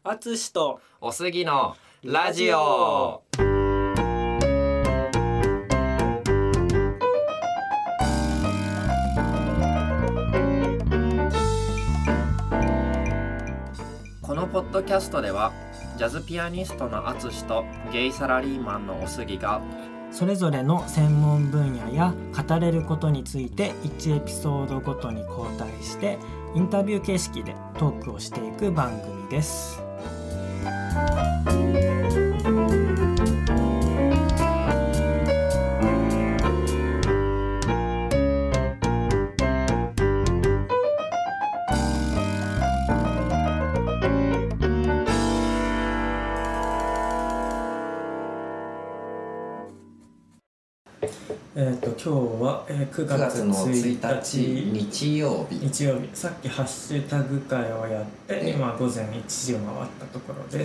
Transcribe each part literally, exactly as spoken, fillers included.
あつしとおすぎのラジオ。このポッドキャストではジャズピアニストのあつしとゲイサラリーマンのおすぎがそれぞれの専門分野や語れることについていちエピソードごとに交代してインタビュー形式でトークをしていく番組です。えー、と今日は、えー、くがつついたち日曜日日曜日さっきハッシュタグ会をやって今午前いちじを回ったところです。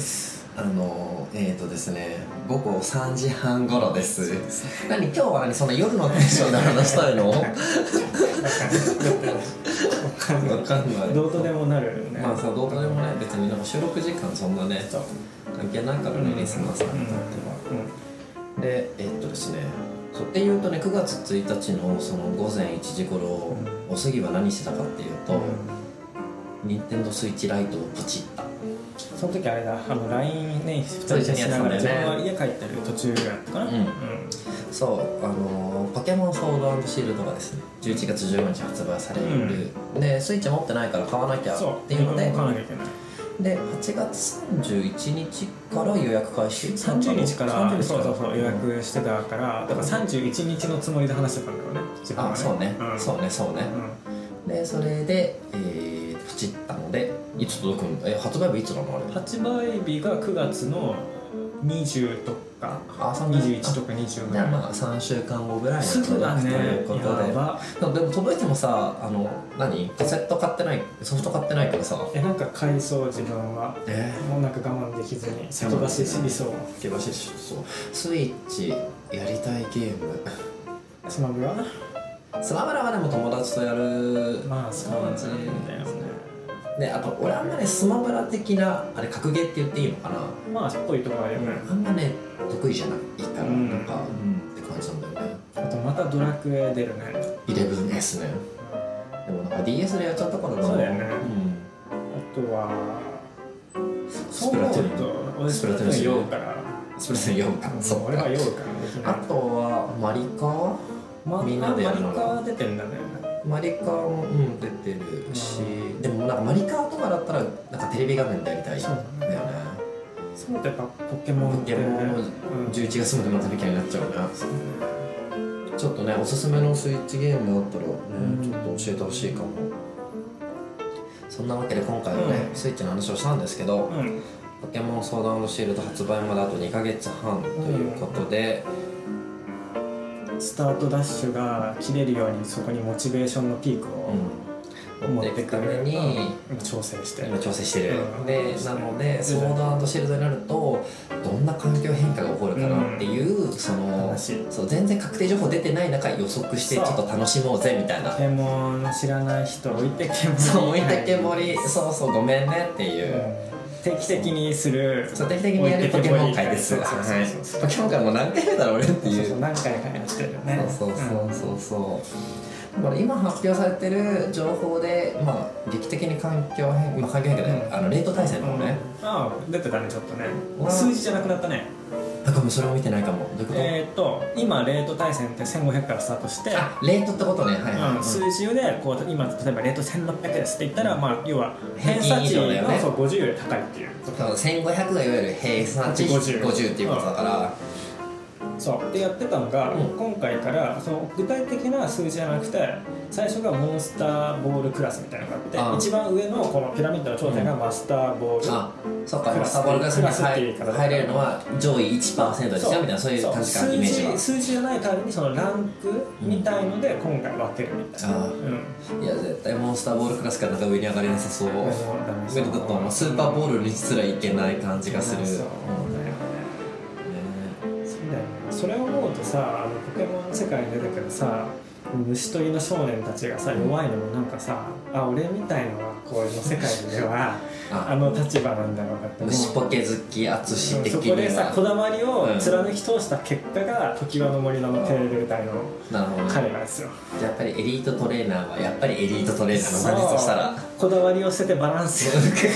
あのえーとですね午後さんじはん頃です。何今日は何そんな夜のテンションで話したいの？わかんない。 どうとでもなるよね。 まあさどうとでもね別になんか収録時間そんなね関係ないからね、うん、リスナーさんにとっては、うん、でえー、っとですねそうっていうとねくがつついたちのその午前いちじ頃、うん、おすぎは何してたかっていうと、うん、ニンテンドースイッチライトをポチった。 その時あれだあの ライン ねふたりでしながら自分は家帰ってる途中やったかな、うんうん、 そうあのポケモンソード&シールドがですねじゅういちがつじゅうごにち発売される、うん、でスイッチ持ってないから買わなきゃっていうので買わなきゃいけないではちがつさんじゅういちにちから予約開始さんじゅうにちからそうそうそう予約してたからだからさんじゅういちにちのつもりで話してたんだろうね自分はね。 あそうね、うん、そうねそうね、うん、でそれで、えー、プチったのでいつ届くんだえ発売日いつなのあれ発売日がくがつのにじゅうとかあにじゅういちとかにじゅうぐらいまあさんしゅうかんごぐらいに届くということで、 ね、でも届いてもさあの何カセット買ってないソフト買ってないけどさえなんか買いそう自分は、えー、もうなんか我慢できずに先出ししりそう先出ししそうスイッチやりたいゲームスマブラスマブラはでも友達とやるまあそうなんだよね。 であと俺あんまねスマブラ的なあれ格ゲーって言っていいのかなまあっぽいところあるよね、 うん、あんまね得意じゃないからうんなんか、うん、って感じなんだよね。 あとまたドラクエ出るねイレブンエス ね、うん、でもなんか ディーエス でやっちゃったからな。 そうだよね、うん、あとはスプラトゥーン俺スプラトゥーン酔うからスプラトゥーン酔うから、うん、 そう俺は酔うからあとはマリカ、ま、みんなでやるのマリカ出てるんだね。 マリカも、うん、出てるし、うん、でもなんかマリカとかだったらなんかテレビ画面でやりたいんだよね。 そうだやっぱポケモンポケモンのじゅういちがつまで待たなきゃになっちゃうね、うん、ちょっとねおすすめのスイッチゲームあったらね、うん、ちょっと教えてほしいかも。そんなわけで今回はね、うん、スイッチの話をしたんですけど、うん、ポケモンソード&シールド発売まであとにかげつはんということで、 うん、スタートダッシュが切れるようにそこにモチベーションのピークを、うん、持っていくために今調整してる今調整してる、うん、でなのでソード&シールドになるとどんな環境変化が起こるかなっていう、うん、そのそう全然確定情報出てない中予測してちょっと楽しもうぜみたいな。 ポケモン知らない人置いてけぼりそう置いてけぼりそうそうごめんねっていう、 うん、定期的にするそう定期的にやるポケモン会です。ポケモン会もう何回目だろう俺っていうそうそう何回かやってるね。 そうそうそうそうそう、うんだから今発表されてる情報で、まあ、劇的に環境変化、環境変化で、うん、あの冷凍対戦のね、 うん、ああ出てたねちょっとね数字じゃなくなったね。 あかもそれも見てないかも。どういうこと？ えー、っと今冷凍対戦ってせんごひゃくからスタートしてあ冷凍ってことね、はいはいはい、 うん、数字でこう今例えば冷凍せんろっぴゃくですって言ったら、まあ、要は偏差値の、ね、そうごじゅうより高いっていうことせんごひゃくがいわゆる偏差値ごじゅうっていうことだから、 うん、そうでやってたのが、うん、今回からその具体的な数字じゃなくて最初がモンスターボールクラスみたいなのがあってあ一番上のこのピラミッドの頂点がマスターボール、うん、あそうかマスターボールクラスに 入, 入れるのは上位 いちパーセント ですよみたいなそういう確かイメージは数字じゃない代わりにそのランクみたいので今回分けるみたいな、うん、 いや絶対モンスターボールクラスからなんか上に上がりなさそう。上だとスーパーボールにすらいけない感じがする。そうだよね、 そうだよね。それを思うとさあのポケモンの世界に出てくるさ虫取りの少年たちがさ弱いのもなんかさあ俺みたいのはこういうの世界ではあ, あの立場なんだろうかって。 虫ポケ好き淳的には、 そこでさこだわりを貫き通した結果が常盤の森の低レベル帯の彼らですよ。 やっぱりエリートトレーナーはやっぱりエリートトレーナーの感じとしたらこだわりを捨ててバランス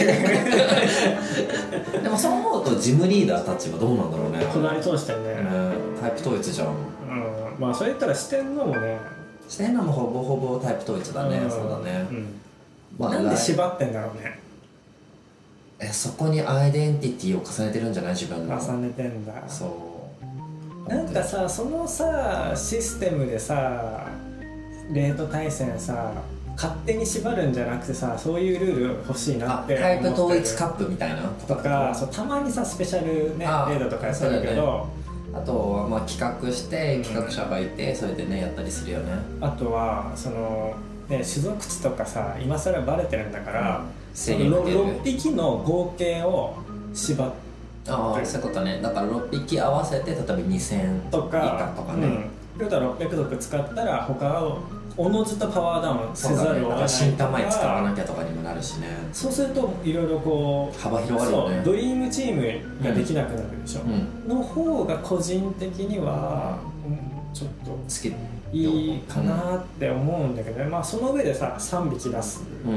でもそう思うとジムリーダーたちはどうなんだろうね。 こだわり通してね、 タイプ統一じゃん。うん、 まあそれ言ったら四天王もね、 四天王もほぼほぼタイプ統一だね、うん、そうだね、うん、 まあ、なんで縛ってんだろうね。 えそこにアイデンティティを重ねてるんじゃない自分の。 重ねてんだ。 そうなんかさそのさシステムでさレート対戦さ勝手に縛るんじゃなくてさそういうルール欲しいなって思ってる。 タイプ統一カップみたいなとかそうたまにさスペシャルねレートとかやってるけど、 あとはまあ企画して企画者がいてそれでねやったりするよね。 あとはそのね種族値とかさ今更バレてるんだから、うん、そのろっぴきの合計を縛ってああそういうことね。だからろっぴき合わせて例えばにせんとか以下とかね。 うん、ろっぴゃく族使ったら他をおのずとパワーダウンせざるを得ないとか、 新玉使わなきゃとかにもなるしね。 そうするといろいろこう幅広がるよね。 ドリームチームができなくなるでしょ、うん、の方が個人的には、うん、ちょっと好きいいかなって思うんだけど、ね、まあその上でささんびき出す、うん、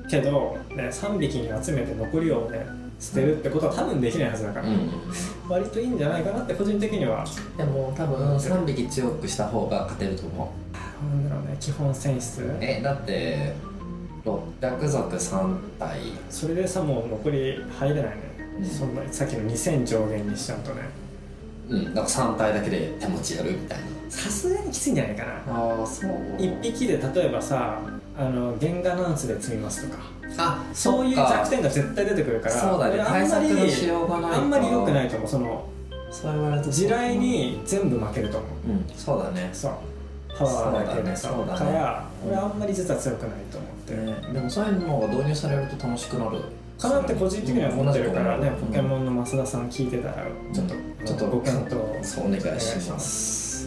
けど、ね、さんびきに集めて残りをね捨てるってことは多分できないはずだから、うん、割といいんじゃないかなって個人的には。 でも多分さんびき強くした方が勝てると思う。 なんだろうね基本選出えだってろっぴゃく族さん体それでさもう残り入れないね、うん、そんなさっきのにせん上限にしちゃうとね。 うんだからさん体だけで手持ちやるみたいな。 さすがにきついんじゃないかな。 ああそういっぴきで例えばさあのゲンガナンスで積みますとかあそういう弱点が絶対出てくるからそうだね対策のしようがないあんまり良くないと思う。そのそう言われると地雷に全部負けると思う。 うんそうだね。 そうパワーだけでさから、俺あんまり実は強くないと思って、 ね、でもそういうのが導入されると楽しくなるかなって個人的には思ってるからね、ポケモンの増田さん聞いてたらちょっと、うん、ちょっとご検討そうお願いします。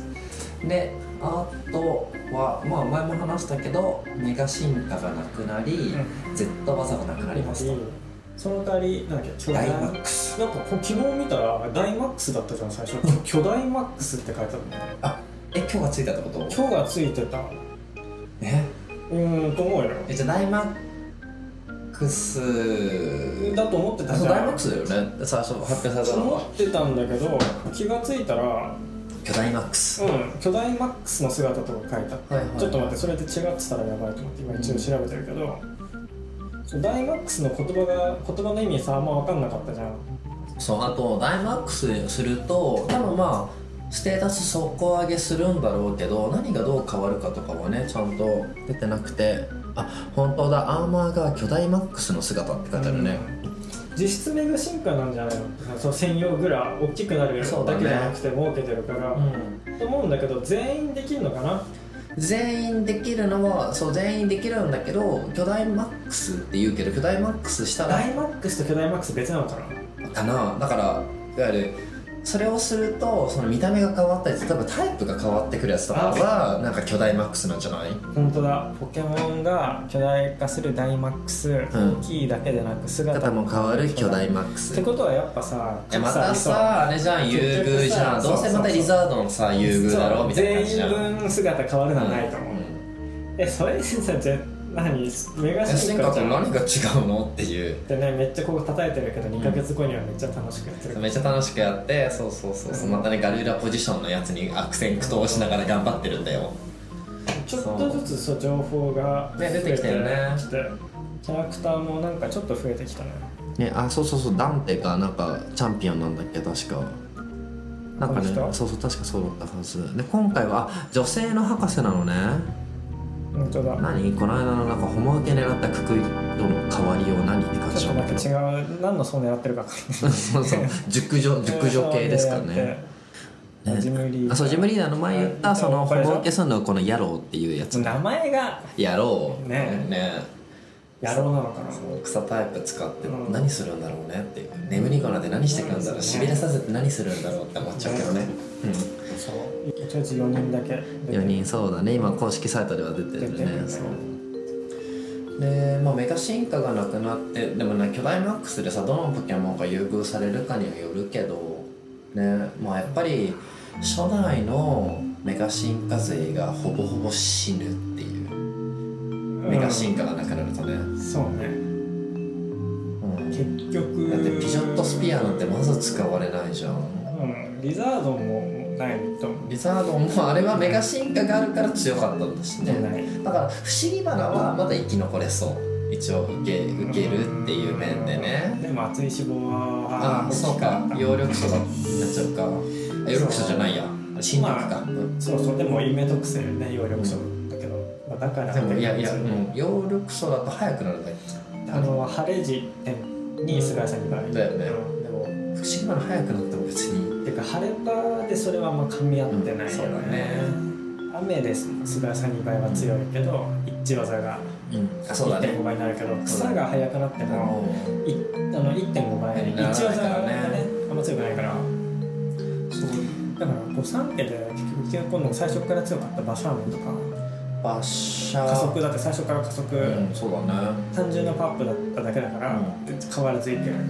であとはまあ前も話したけどメガ進化がなくなり、うん、Z 技がなくなりますと、 その代わりなんだっけダイマックスなんか昨日見たらダイマックスだったじゃん最初巨大マックスって書いてあるんだよね。 あえ今日がついたってこと？ 今日がついてたえうーんと思うよ。 えじゃあダイマックスだと思ってたじゃん。 ダイマックスだよね最初発表されたのは。 思ってたんだけど気がついたら巨大マックスうん巨大マックスの姿とか書いてあって、はいはいはい、ちょっと待ってそれで違ってたらやばいと思って今一応調べてるけど、うん、ダイマックスの言葉が言葉の意味さあんま分かんなかったじゃん。 そうあとダイマックスすると多分まあステータス底上げするんだろうけど何がどう変わるかとかはねちゃんと出てなくてあ本当だアーマーが巨大マックスの姿って書いてあるね、うん、 実質メガ進化なんじゃないの。その専用グラ大きくなるだけじゃなくて設けてるから、うん、と思うんだけど全員できるのかな。 全員できるのはそう全員できるんだけど巨大マックスって言うけど巨大マックスしたらダイマックスと巨大マックス別なのかなかな。だからいわゆるそれをするとその見た目が変わったり例えばタイプが変わってくるやつとかはなんか巨大マックスなんじゃない？ 本当だポケモンが巨大化するダイマックス、うん、大きいだけでなく姿も変わる巨大マックスってことはやっぱさまたさあれじゃん優遇じゃんどうせまたリザードのさ優遇だろみたいな感じじゃん。 全員分姿変わるのはないと思う、うんうん、えそれでさ何メガ進化って何が違うのっていうでねめっちゃここ叩いてるけどにかげつごにはめっちゃ楽しくやってる、 うん、めっちゃ楽しくやってそうそうそうそう、うん、またねガルーラポジションのやつに悪戦苦闘しながら頑張ってるんだよ。 ちょっとずつそう情報がね出てきてるね。 キャラクターもなんかちょっと増えてきたね。 ねあそうそうそうダンテがなんかチャンピオンなんだっけ確かなんかねそうそう確かそうだったはずで今回はあ女性の博士なのね。 本当だ。 何この間のなんかホモ受け狙ったククイドの代わりを何って感じちょっと待って違う何の層狙ってるか分かんないそうそう熟女熟女系ですかね。 ねジムリーダーあそうジムリーダーの前言ったそのホモ受けするのこのヤロウっていうやつ名前がヤロウねね野郎なのかな。 草タイプ使って何するんだろうねっていう眠り粉で何してくるんだろうしびれさせて何するんだろうって思っちゃうけどね。うんそうとりあえずよにんだけよにんそうだね今公式サイトでは出てるね。そうで、まあ、メガ進化がなくなって、でもね巨大マックスでさどのポケモンが優遇されるかにはよるけどね、まあやっぱり初代のメガ進化勢がほぼほぼ死ぬっていう、メガ進化がなくなるとね、 うん、そうね、うん、結局だってピジョットスピアなんてまず使われないじゃん、 うん、リザードンもないと思う。 リザードンもあれはメガ進化があるから強かったんだしね、 うん、 だから不思議花はまだ生き残れそう、一応受け、受けるっていう面でね。 でも熱い脂肪はああそうか、葉緑素だになっちゃうか、葉緑素じゃないや新緑か、まあ、 そうそう、でも夢特性ね葉緑素だけど、まあ、だからでもいやいや、うん、葉緑素だと速くなるんだよ、 あの晴れ時に菅井さんにばいだよね、うん、でも不思議花速くなっても別にてか晴れ場でそれはあんま噛み合ってないよね、うん、 そうだね、 雨です菅井さんにばいは強いけど、うん、一技がいってんごばいになるけど、草が速くなってもいあの いってんごばい、一技がねあんま強くないから、そうだから御三家で結局今度最初から強かったバシャームとかバシャー加速だって最初から加速、 うん、そうだね、 単純なパワーアップだっただけだから、うん、変わらずいける、うん、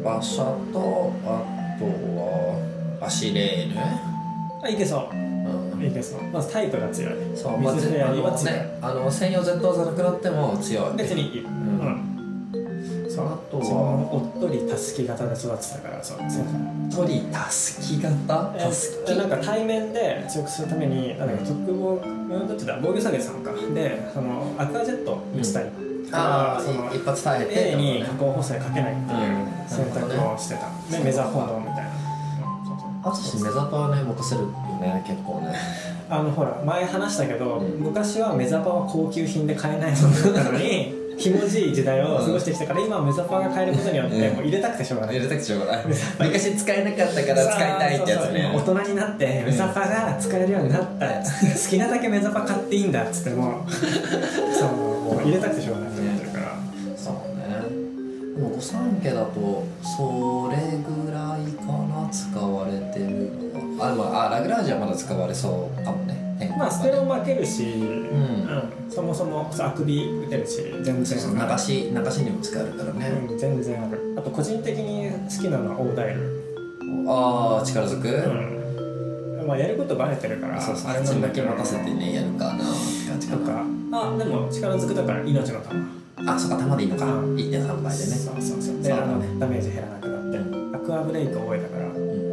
馬車とあとはアシレーヌ、 あいけそう、うん、いけそう、まずタイプが強い、 そう、まずね、あのね、あの専用 Z 技なくなっても強い、 別にいい、うん、うん、そう、あとはおっとりたすき型で育ってたから、そう、おっとりたすき型、たすき、 なんか対面で強くするために、なんか特防、どっちだ、防御下げさんかで、そのアクアジェット打ちたい、うん、 ああ、一発耐えて A に加工補正かけないっていう選択をしてた、うん、でメザーフォンドみたいな、 あとしメザパはね持たせるよね、結構ね、 あのほら前話したけど、うん、昔はメザパは高級品で買えないものだったのにひもじい時代を過ごしてきたから、うん、今はメザパが買えることによって、うん、もう入れたくてしょうがない、 入れたくてしょうがない昔使えなかったから使いたいってやつね、 大人になってメザパが使えるようになった、うん、好きなだけメザパ買っていいんだっつってもそうもう入れたくてしょうがないと思ってるから、 そうね、でも御三家だとそれぐらいかな、使われてるのは、あ、まあ、あラグラージはまだ使われそうかもね、 まあステロ負けるし、うんうん、 そもそもあくび打てるし全然流し流しにも使えるからね、 うん、全然ある。あと個人的に好きなのはオーダイル、 ああ力ずく、 うん、まあやることバレてるからそうそう、あれだけ待たせてねやるかなって感じかな、 とか、あでも力ずくだから命の玉、 あ、そっか、玉でいいのか、うん、いってんさんばいでね、 そうそうそう、で、あのね、ダメージ減らなくなって、うん、アクアブレイクを覚えたから、うん、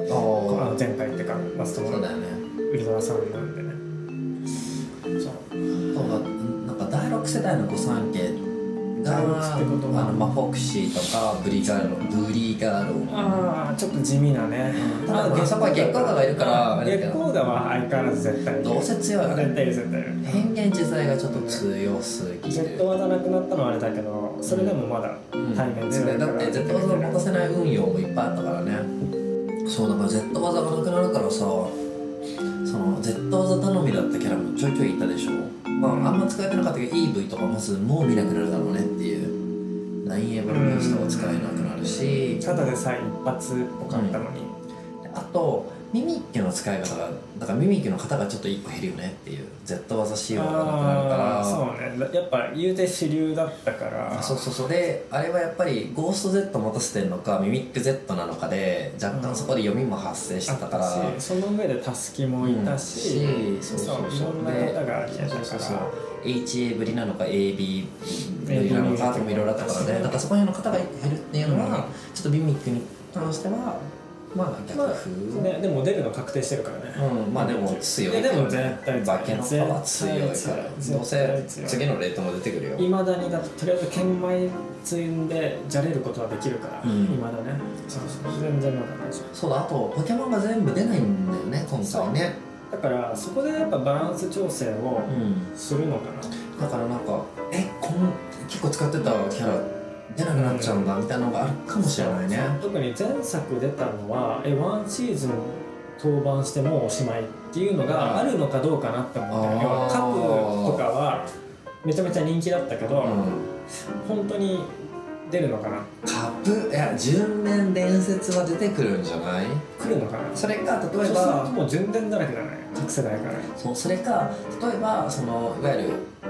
あの前回っていうかマストのウルトラサウンドなんでね、そうなんかだいろく世代の御三家が、あのマフォクシーとかブリガーロブリガーロああちょっと地味なね、 うん、ただそこは月光河がいるから月光河は相変わらず絶対どうせ強いよね、 絶対いる絶対いる、 変幻自在がちょっと強すぎる、 Z 技なくなったのはあれだけどそれでもまだ対面強いから、 うん、だって Z 技を持たせない運用もいっぱいあったからね、そうだから Z 技がなくなるからさ、その Z 技頼みだったキャラもちょいちょいいたでしょ、まあ、あんま使えてなかったけど イーブイ とかまずもう見なくなるだろうねっていう、ナインエヴァルブーストが使えなくなるし、 ただでさえ一発っぽかったのに、 うん、あとミミッキュの使い方がだからミミッキュの型がちょっといっこ減るよねっていう Z 技仕様がなくなるから、 そうね、やっぱ言うて主流だったから、 そうそうそう、であれはやっぱりゴースト Z 持たせてるのかミミック Z なのかで若干そこで読みも発生してたから、 うん、その上でタスキもいたし、うん、そうそうそう、いろんな方がありえたから、 エイチエー ぶりなのか エービー ぶりなのかともいろいろあったからね、だからそこら辺の方が減るっていうのは、うん、ちょっとミミックに関してはまあ逆風、 まあね、でも出るの確定してるからね、 うん、まあでも強い、 でも絶対化けの皮は強いからどうせ次のレートも出てくるよ、 いまだにだととりあえず研米積んでじゃれることはできるから、いま、うん、だね、そうそう全然まだ大丈夫、 そうだ、あとポケモンが全部出ないんだよね今回ね、 だからそこでやっぱバランス調整をするのかな、 うん、だからなんかえこん結構使ってたキャラ出なくなっちゃうんだみたいなのがあるかもしれないね、 特に前作出たのはえワンシーズン登板してもうおしまいっていうのがあるのかどうかなって思ってる、要はカプとかはめちゃめちゃ人気だったけど、うん、本当に出るのかな、 カプいや純連伝説は出てくるんじゃない、 来るのかな、 それか例えばそうするともう純伝だらけだね各世代から、 そうそれか例えばそのいわゆる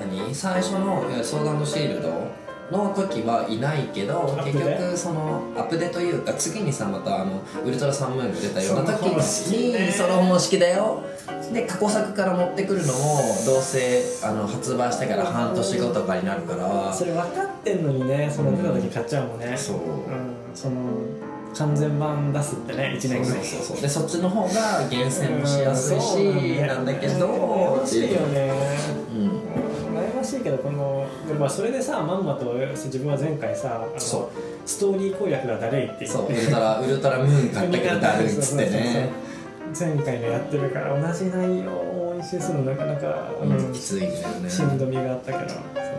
何最初のソード&シールドの時はいないけど結局そのアップデというか次にさまたあのウルトラサンムーンが出たような時にその方式だよで過去作から持ってくるのもどうせあの発売してから半年後とかになるからそれ分かってんのにねその出た時買っちゃうもんね、 うん、そう、うん、 その完全版出すってねいちねんぐらいそうそうそうでそっちの方が厳選もしやすいし、うん、なんだけど悩ましいよね、 うん、 悩ましいけどこので、まあ、それでさまんまと自分は前回さあのストーリー攻略がだるいっていうそうウルトラウルトラムーン買ったけどだるいっつってね前回のやってるから同じ内容を一周するのなかなか、 うんうん、きついんだよねしんどみがあったけどそうそう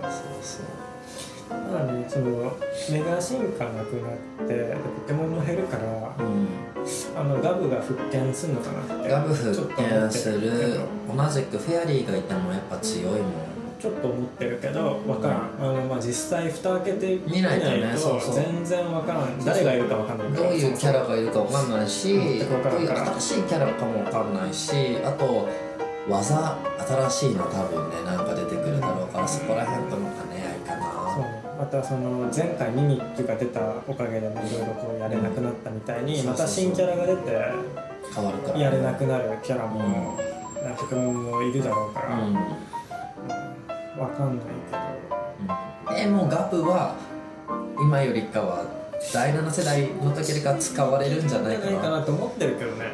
そうまあねそのメガ進化なくなってポケモンも減るから、うん、あのガブが復権するのかなってガブ復権する同じくフェアリーがいてもやっぱ強いもんちょっと思ってるけど分からん、うん、あのまあ実際蓋開けて見ないとね全然分からん誰がいるか分かんないからどういうキャラがいるか分かんないしどういう新しいキャラかも分かんないしあと技新しいの多分ねなんか出てくるだろうから、うん、そこら辺との兼ね合いかなそうねまたその前回ミミックが出たおかげでねいろいろこうやれなくなったみたいに、うん、また新キャラが出て変わるから、ね、 やれなくなるキャラも、うん、ポケモンもいるだろうから、うんわかんないけど、 うん、えもうガブは今よりかはだいなな世代の時よりか使われるんじゃないかなないかなと思ってるけどね、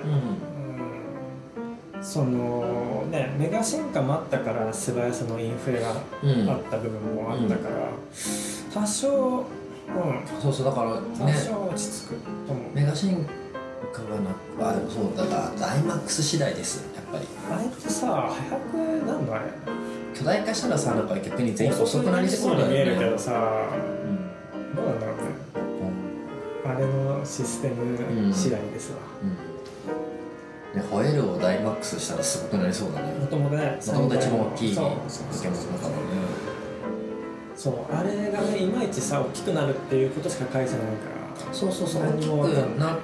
うんうん、そのねメガ進化もあったから素早さのインフレがあった部分もあったから、うん、多少、うん、 そうそうだからね多少落ち着くと思うメガ進化がなくあでもそうだからダイマックス次第ですやっぱりあれってさ早くなんのあれ巨大化したらさ、なんか逆に全員遅くなりそうだよね。 見えるけどさ、うん、どうなんだろうね、うん、あれのシステム次第ですわ、 うんうん、ね、ホエールをダイマックスしたらすごくなりそうだね。 もともとね、 もともと一番大きいポケモンだからね。 そう、あれがね、いまいちさ、大きくなるっていうことしか書いてないから、 そうそうそう、大きくなって、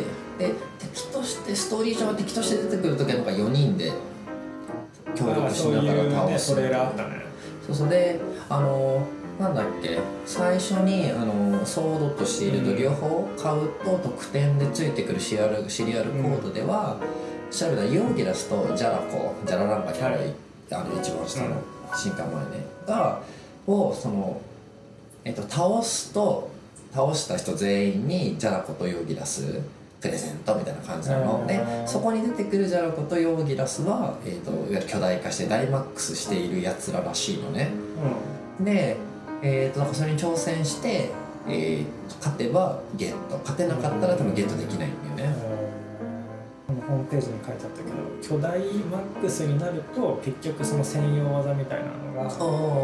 で、敵として、ストーリー上は敵として出てくるときはなんかよにんで協力しながら倒す。 そういうね、トレーラーあったね。 そうそうで、あのなんだっけ、最初にあのソードとシールド両方買うと特典でついてくるシリアル、シリアルコードでは、うん、調べたらユーギラスとジャラコ、ジャラランカにある、はい、あの一番下の進化前ね、がをその、えっと、倒すと倒した人全員にジャラコとユーギラスプレゼントみたいな感じなので、そこに出てくるジャラコとヨーギラスは、えーと、いわゆる巨大化してダイマックスしているやつららしいのね、うん、で、えーと、なんかそれに挑戦して、えーと、勝てばゲット、勝てなかったら多分ゲットできないんだよね、 うん、このホームページに書いてあったけど巨大マックスになると結局その専用技みたいなのが、あ、はいはいはい、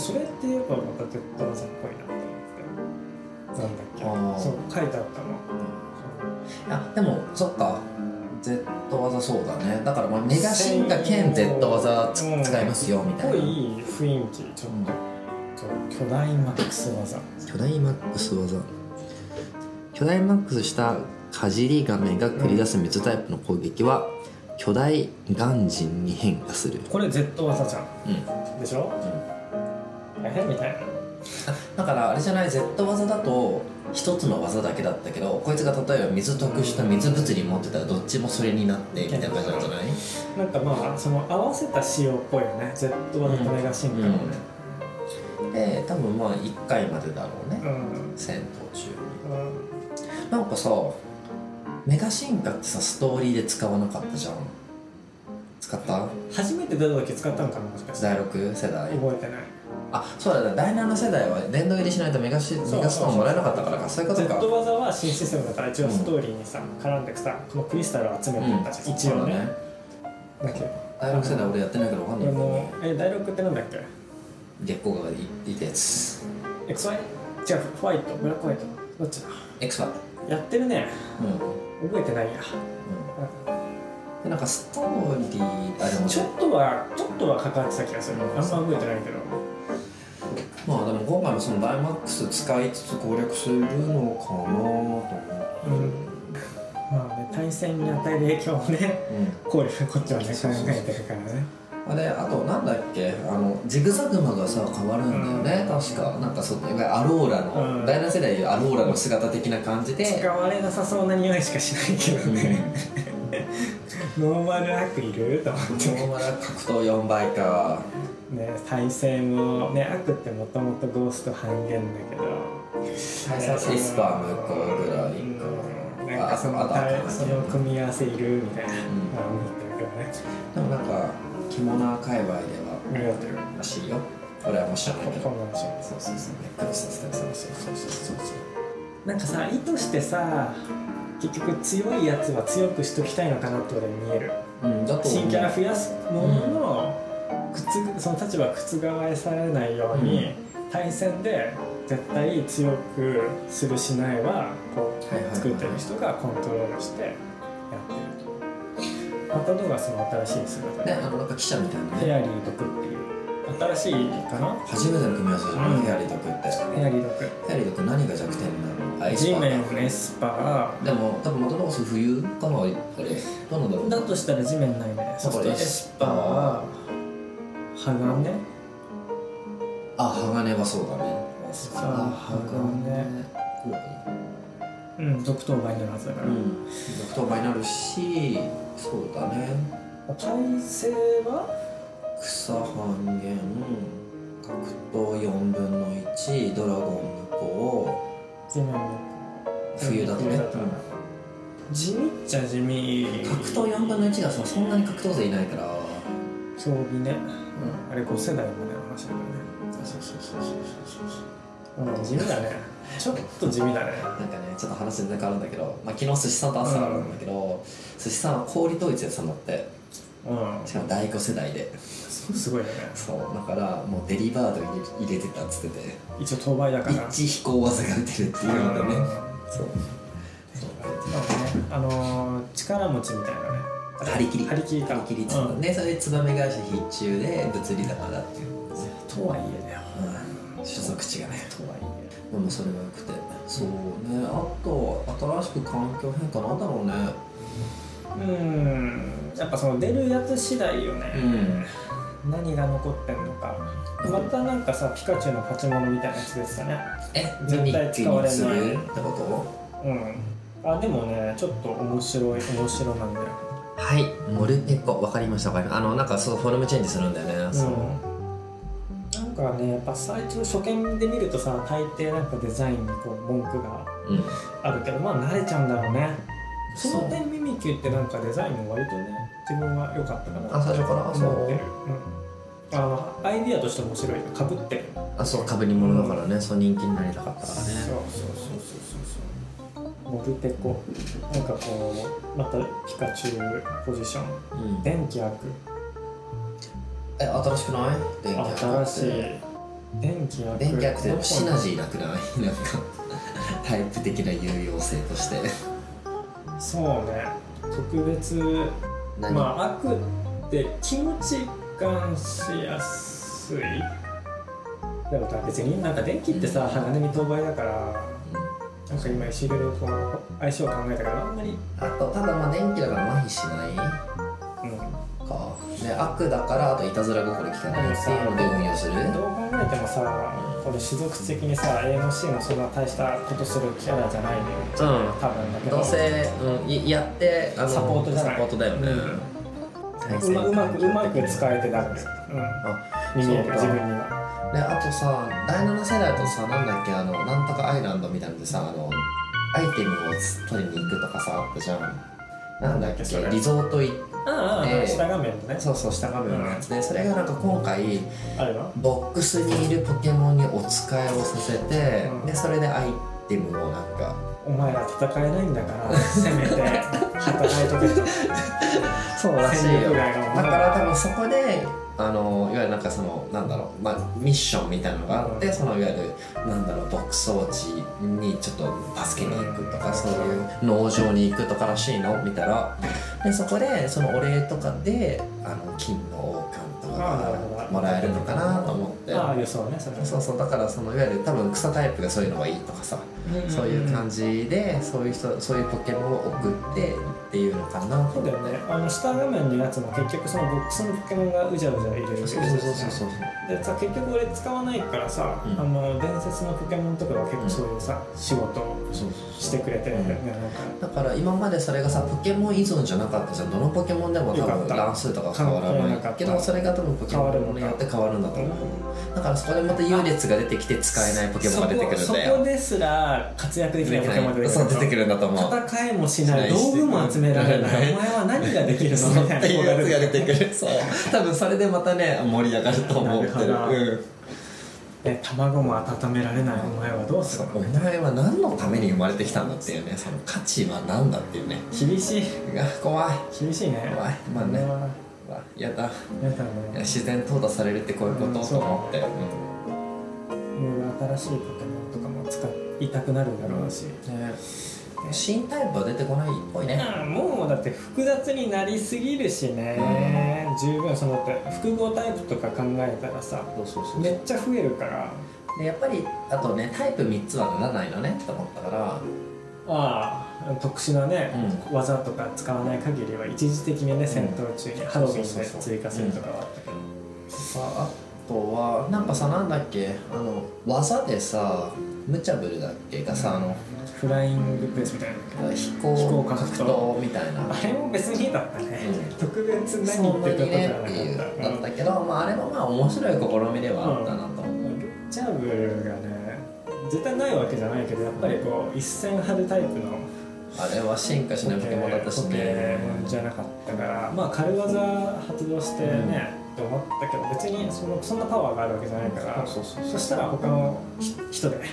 それってやっぱまたデッド技っぽいなって思って、なんだっけ、そう書いてあったの、 あ、でもそっか Z 技そうだね、だからまあメガ進化兼 Z 技使いますよみたいな、 うん、ぽい雰囲気ちょっと、うん、巨大マックス技巨大マックス技巨大マックスしたかじりガメが繰り出す水タイプの攻撃は、うん、巨大ガンジンに変化する。 これ Z 技じゃん、うん、でしょ、うん、えみたいな。 だからあれじゃない、 Z 技だと一つの技だけだったけど、こいつが例えば水特殊と水物理持ってたらどっちもそれになってみたいな感じなんじゃない？ なんかまあその合わせた仕様っぽいよね、 Z 技とメガ進化のね、 うんうん、で多分まあいっかいまでだろうね、うん、戦闘中に、うん、なんかさメガ進化ってさストーリーで使わなかったじゃん。使った？ 初めて出た時使ったのかな、もしかして。 だいろく世代覚えてない。 あ、そうだね、だいなな世代は殿堂入りしないとメガシメガストーンもらえなかったからか、そういうことか。 Z 技は新システムだから一応ストーリーにさ、うん、絡んでくさ、このクリスタルを集めてたじゃん、うん、一応ね。だけどだいろく世代俺やってないから分かんないけど、ね、 え、だいろくってなんだっけ？ 月光がいいたやつ。 エックスワイ？ 違う、ホワイト、ブラックホワイト、どっちだ？ エックスワイやってるね、うん、覚えてないや、 うん、でなんかストーリーあでもちょっとはちょっとは関わってた気がする、うん、あんま覚えてないけど、 まあでも今回もそのダイマックス使いつつ攻略するのかなと思って、うん、 まあね、対戦に与える影響をね、うん、考慮こっちはね考えてるからね。 であとなんだっけあのジグザグマがさ変わるんだよね、うん、確かなんかそういわゆるアローラの、うん、第七世代でアローラの姿的な感じで使われなさそうな匂いしかしないけどね、うん、ノーマルアクいると思ってノーマルアク格闘よんばいかね、耐性もね、アクってもともとゴースト半減だけど耐性はエスパー向こうぐらいか、 うん、なんかそのその組み合わせいるみたいな、うん、思ってるけどね。 でもなんかキモナー界隈ではらしいよ。俺はもう知らないけどそうそうそうネックレスしてたりそうそうそうそうそうなんかさ、意図してさ結局強いやつは強くしときたいのかなって俺見える、うん、だと新キャラ増やすものの、うんその立場が覆されないように、うん、対戦で絶対強くするしないはこう、はいはいはい、作ってる人がコントロールしてやってると。またどうがその新しい姿で、ね、あのなんか記者みたいなねフェアリー毒っていう新しいかな初めての組み合わせじゃない、うん、フェアリー毒ってフェアリー毒フェアリー毒何が弱点なの？アイス地パー面エスパーでも多分元々冬かなあれどうなんだろうだとしたら地面ないねそしてエスパー鋼あ、鋼はそうだねあ、鋼うん、毒頭倍になるはずだから、うん、 毒頭倍になるしそうだね耐性は草半減格闘よんぶんのいちドラゴン無効地面無効冬だとね、 うん、地味っちゃ地味格闘よんぶんのいちが そ, そんなに格闘勢いないから競技ね、うん、あれご世代までの話だよねそうそうそうそうそうそう、うん、地味だねちょっと地味だねなんかねちょっと話全然変わるんだけど、まあ、昨日寿司さんと朝あるんだけど、うん、寿司さんは氷統一やってたんだって、うん、しかもだいご世代ですごいよねそうだからもうデリバード入 れ, 入れてたっつってて一応当倍だから一飛行技が打てるっていうのでね、うん、そうそうねあのー、力持ちみたいなね張り切り張り切り張り切りっつうの、うん、でそれでツバメ返し必中で物理だからっていうとはいえだよ、 うん、所属地がねとはいえでもそれがよくてそうねあと新しく環境変化なんだろうねうんやっぱその出るやつ次第よね、うん、何が残ってんのかまたなんかさピカチュウのパチモノみたいなやつですよねえ絶対使われないってことうんあでもねちょっと面白い面白なんだよはいモルペコわかりましたわかりましたあのなんかそうフォルムチェンジするんだよね、うん、そうなんかねやっぱ最初初見で見るとさ大抵なんかデザインにこう文句があるけど、うん、まあ慣れちゃうんだろうねその点ミミキューってなんかデザインも割とね自分は良かったかなあ最初からそう思ってる、うん、あのアイディアとして面白いかぶってるあそうかぶり物だからね、うん、そう人気になりたかったからねそうそうそうそうそうモルペコなんかこうまたピカチュウポジション、うん、電気悪え新しくない電気悪新しい電気悪電気悪ってシナジーなくないなんかタイプ的な有用性としてそうね特別まあ悪って気持ち感しやすいでも別になんか電気ってさ、うん、鋼に等倍だから、うん、なんか今石黒と相性を考えたからあんまりあとただまあ電気だから麻痺しない、うん、かで悪だからあといたずら心聞かないっていうので運用するどう考えてもさ、うん、これ種族的にさ エーエムシー もそんな大したことするキャラじゃないのよ、うん、多分だけどどうせ、うん、やってあのサポートじゃないサポートだよね、うんうま, う, まくうまく使えてダメです、うん、あ見える自分にはであとさだいなな世代とさなんだっけあのなんとかアイランドみたいなのでさあのアイテムを取りに行くとかさあったじゃんなんだっけそれリゾート行ってああ下画面のねそうそう下画面のやつで、うん、それがなんか今回あれはボックスにいるポケモンにお使いをさせて、うん、でそれでアイテムをなんかお前ら戦えないんだからせめて働いとけとそうらしいよだから多分そこであのいわゆるなんかそのなんだろう、まあ、ミッションみたいなのがあって、うん、そのいわゆるなんだろう牧草地にちょっと助けに行くとか、うん、そういう農場に行くとからしいのを見たらでそこでそのお礼とかであの金の王冠とかがもらえるのかなと思ってああそうねそれそうそうだからそのいわゆる多分草タイプがそういうのがいいとかさ、ううんうん、そういう感じでそういう人そういうポケモンを送ってっていうのかな。 そうだよね。あの下画面のやつも結局そのボックスのポケモンがうじゃうじゃ入れるわけですよね。 そうそうそうそうでさ結局俺使わないからさ、うん、あの伝説のポケモンとかは結構そういうさ、うん、仕事をしてくれてるんだよね。 だから今までそれがさポケモン依存じゃなかったじゃん。どのポケモンでも多分乱数とか変わらないけどそれが多分ポケモンによって変わるんだと思う。だからそこでまた優劣が出てきて使えないポケモンが出てくるんだよ。 そこですら活躍できないポケモンが出てくる。 そう出てくるんだと思う。 戦いもしない道具も集められないお前は何ができるのみたいなっていうやつが出てくる。そう多分それでまたね盛り上がると思ってる。うんえ卵も温められないお前はどうするの。 お前は何のために生まれてきたんだっていうね。その価値は何だっていうね。 厳しい。 怖い厳しいね。 怖い。まあねやだ、やだね、自然淘汰されるってこういうこと、うん、と思って、 うん、新しいポケモンとかも使いたくなるだろうし、ね、 新タイプは出てこないっぽいね。 もうだって複雑になりすぎるしね、うん、十分その複合タイプとか考えたらさそうそうそうめっちゃ増えるからでやっぱりあとねタイプみっつはならないのねと思ったから。 ああ特殊なね、うん、技とか使わない限りは一時的にね、うん、戦闘中にハロウィンで追加するとかはあったけど、 うん、あとはなんかさなんだっけあの技でさムチャブルだっけがさ、うん、あのフライングプレスみたいな飛行飛行格闘みたいなあれも別にだったね、うん、特別何ってことじゃなかった、ね、だったけど、まあ、あれもまあ面白い試みではあったなと思う、うん、 ムチャブルがね絶対ないわけじゃないけどやっぱりこう一線張るタイプのあれは進化しないポケモンだったしねじゃなかったからまあ軽技発動してね、うん、と思ったけど別にそのそんなパワーがあるわけじゃないから、うん、そうそうそうそしたら他の人で、うん、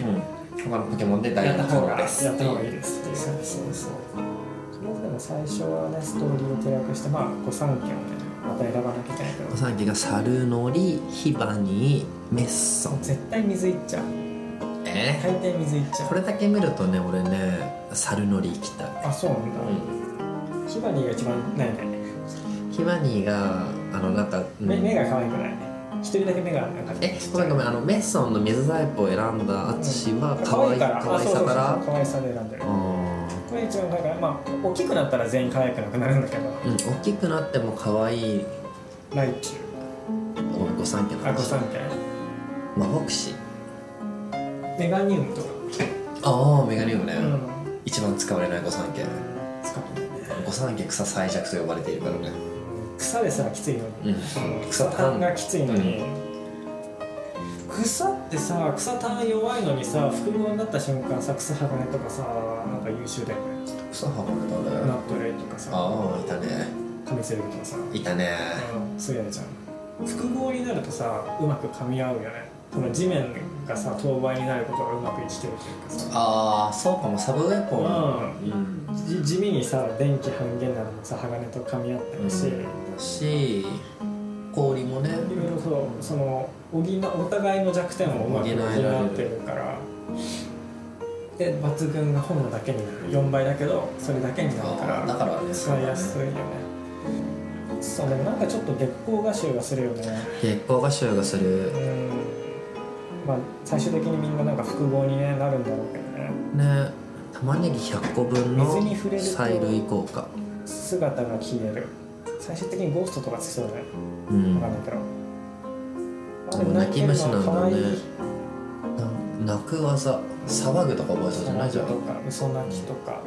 他のポケモンで大丈夫ですやった方がいいですっていうそうそうそうそれでも最初はねストーリーを契約してまあ御三家をねまた選ばなきゃいけないけど御三家がサルノリ、ヒバニ、メッソン絶対水いっちゃうえー、 大抵水いっちゃうこれだけ見るとね俺ねサルノリ行きたいあそうなんだ、うん、ヒバニーが一番ないねヒバニーがあのなんか、 うん、目, 目が可愛くない一人だけ目がなんかえごめんごめんあのメッソンの水タイプを選んだ淳は可愛いから可愛さから可愛さで選んでるこれ一番可愛いからまあ大きくなったら全員可愛くなくなるんだけどうん大きくなっても可愛いライチュウ御三家の話あ御三家マホクシメガニウムとかああメガニウムね、うん、一番使われない御三家使われないね御三家草最弱と呼ばれているからね草ですらきついのに、 うん、 草ターンがきついのに、うん、草ってさ草ターン弱いのにさ複合になった瞬間さ草鋼とかさなんか優秀だよね草鋼だねナットレイとかさああいたね神セレブとかさいたねうんそうやるじゃん複合になるとさうまく噛み合うよねこの地面がさ等倍になることがうまく生きてるというかさああそうかもサブウェポン、 うん、地味にさ電気半減なのもさ鋼と噛み合ってるし、 うん、し氷もねいろいろそうその補お互いの弱点をうまく補ってるからで抜群が炎だけになるよんばいだけどそれだけになるからだから使いやすいよねそうでもなんかちょっと月光画集がするよね月光画集がするうんまあ最終的にみんななんか複合に、ね、なるんだろうけどねね玉ねぎひゃっこぶんの催涙効果姿が消える最終的にゴーストとかつきそうだねうん分かんないけどでも泣き虫なんだね泣く技騒ぐとか覚えそうじゃないじゃんとか嘘泣きとか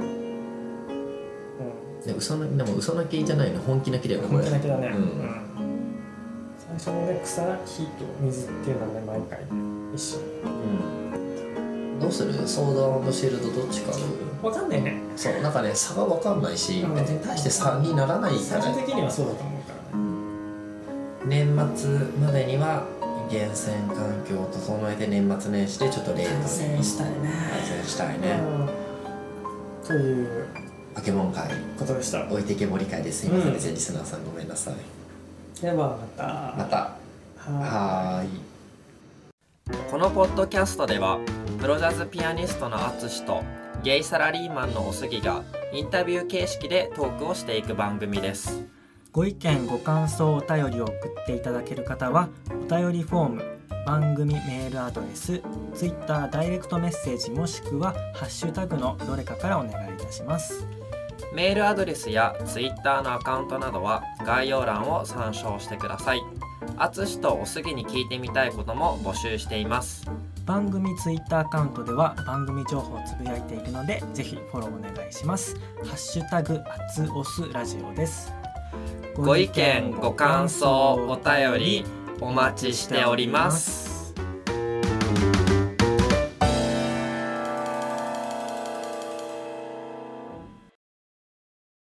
うん嘘泣きでも嘘泣きじゃないの本気泣きだよね本気泣きだね、 うんうん、 最初のね草火と水っていうのはね毎回一緒うん、どうするソード&シールドどっちか分かんないねそうなんかね差が分かんないし、うん、別に対して差にならないから最終的にはそうだと思うからね年末までには源泉環境を整えて年末年始でちょっとレートに完成したいね完成したいね、 うん、というポケモン界ことでした置いてけぼり会ですいませんね、うん、リスナーさんごめんなさいではまたまたはーいこのポッドキャストではプロジャズピアニストのアツシとゲイサラリーマンのおすぎがインタビュー形式でトークをしていく番組です。 ご意見ご感想お便りを送っていただける方はお便りフォーム番組メールアドレス、ツイッターダイレクトメッセージもしくはハッシュタグのどれかからお願いいたします。 メールアドレスやツイッターのアカウントなどは概要欄を参照してください。あつしとおすぎに聞いてみたいことも募集しています。 番組ツイッターアカウントでは番組情報をつぶやいていくので、ぜひフォローお願いします。ハッシュタグあつおすラジオです。 ご意見ご感想お便りお待ちしております。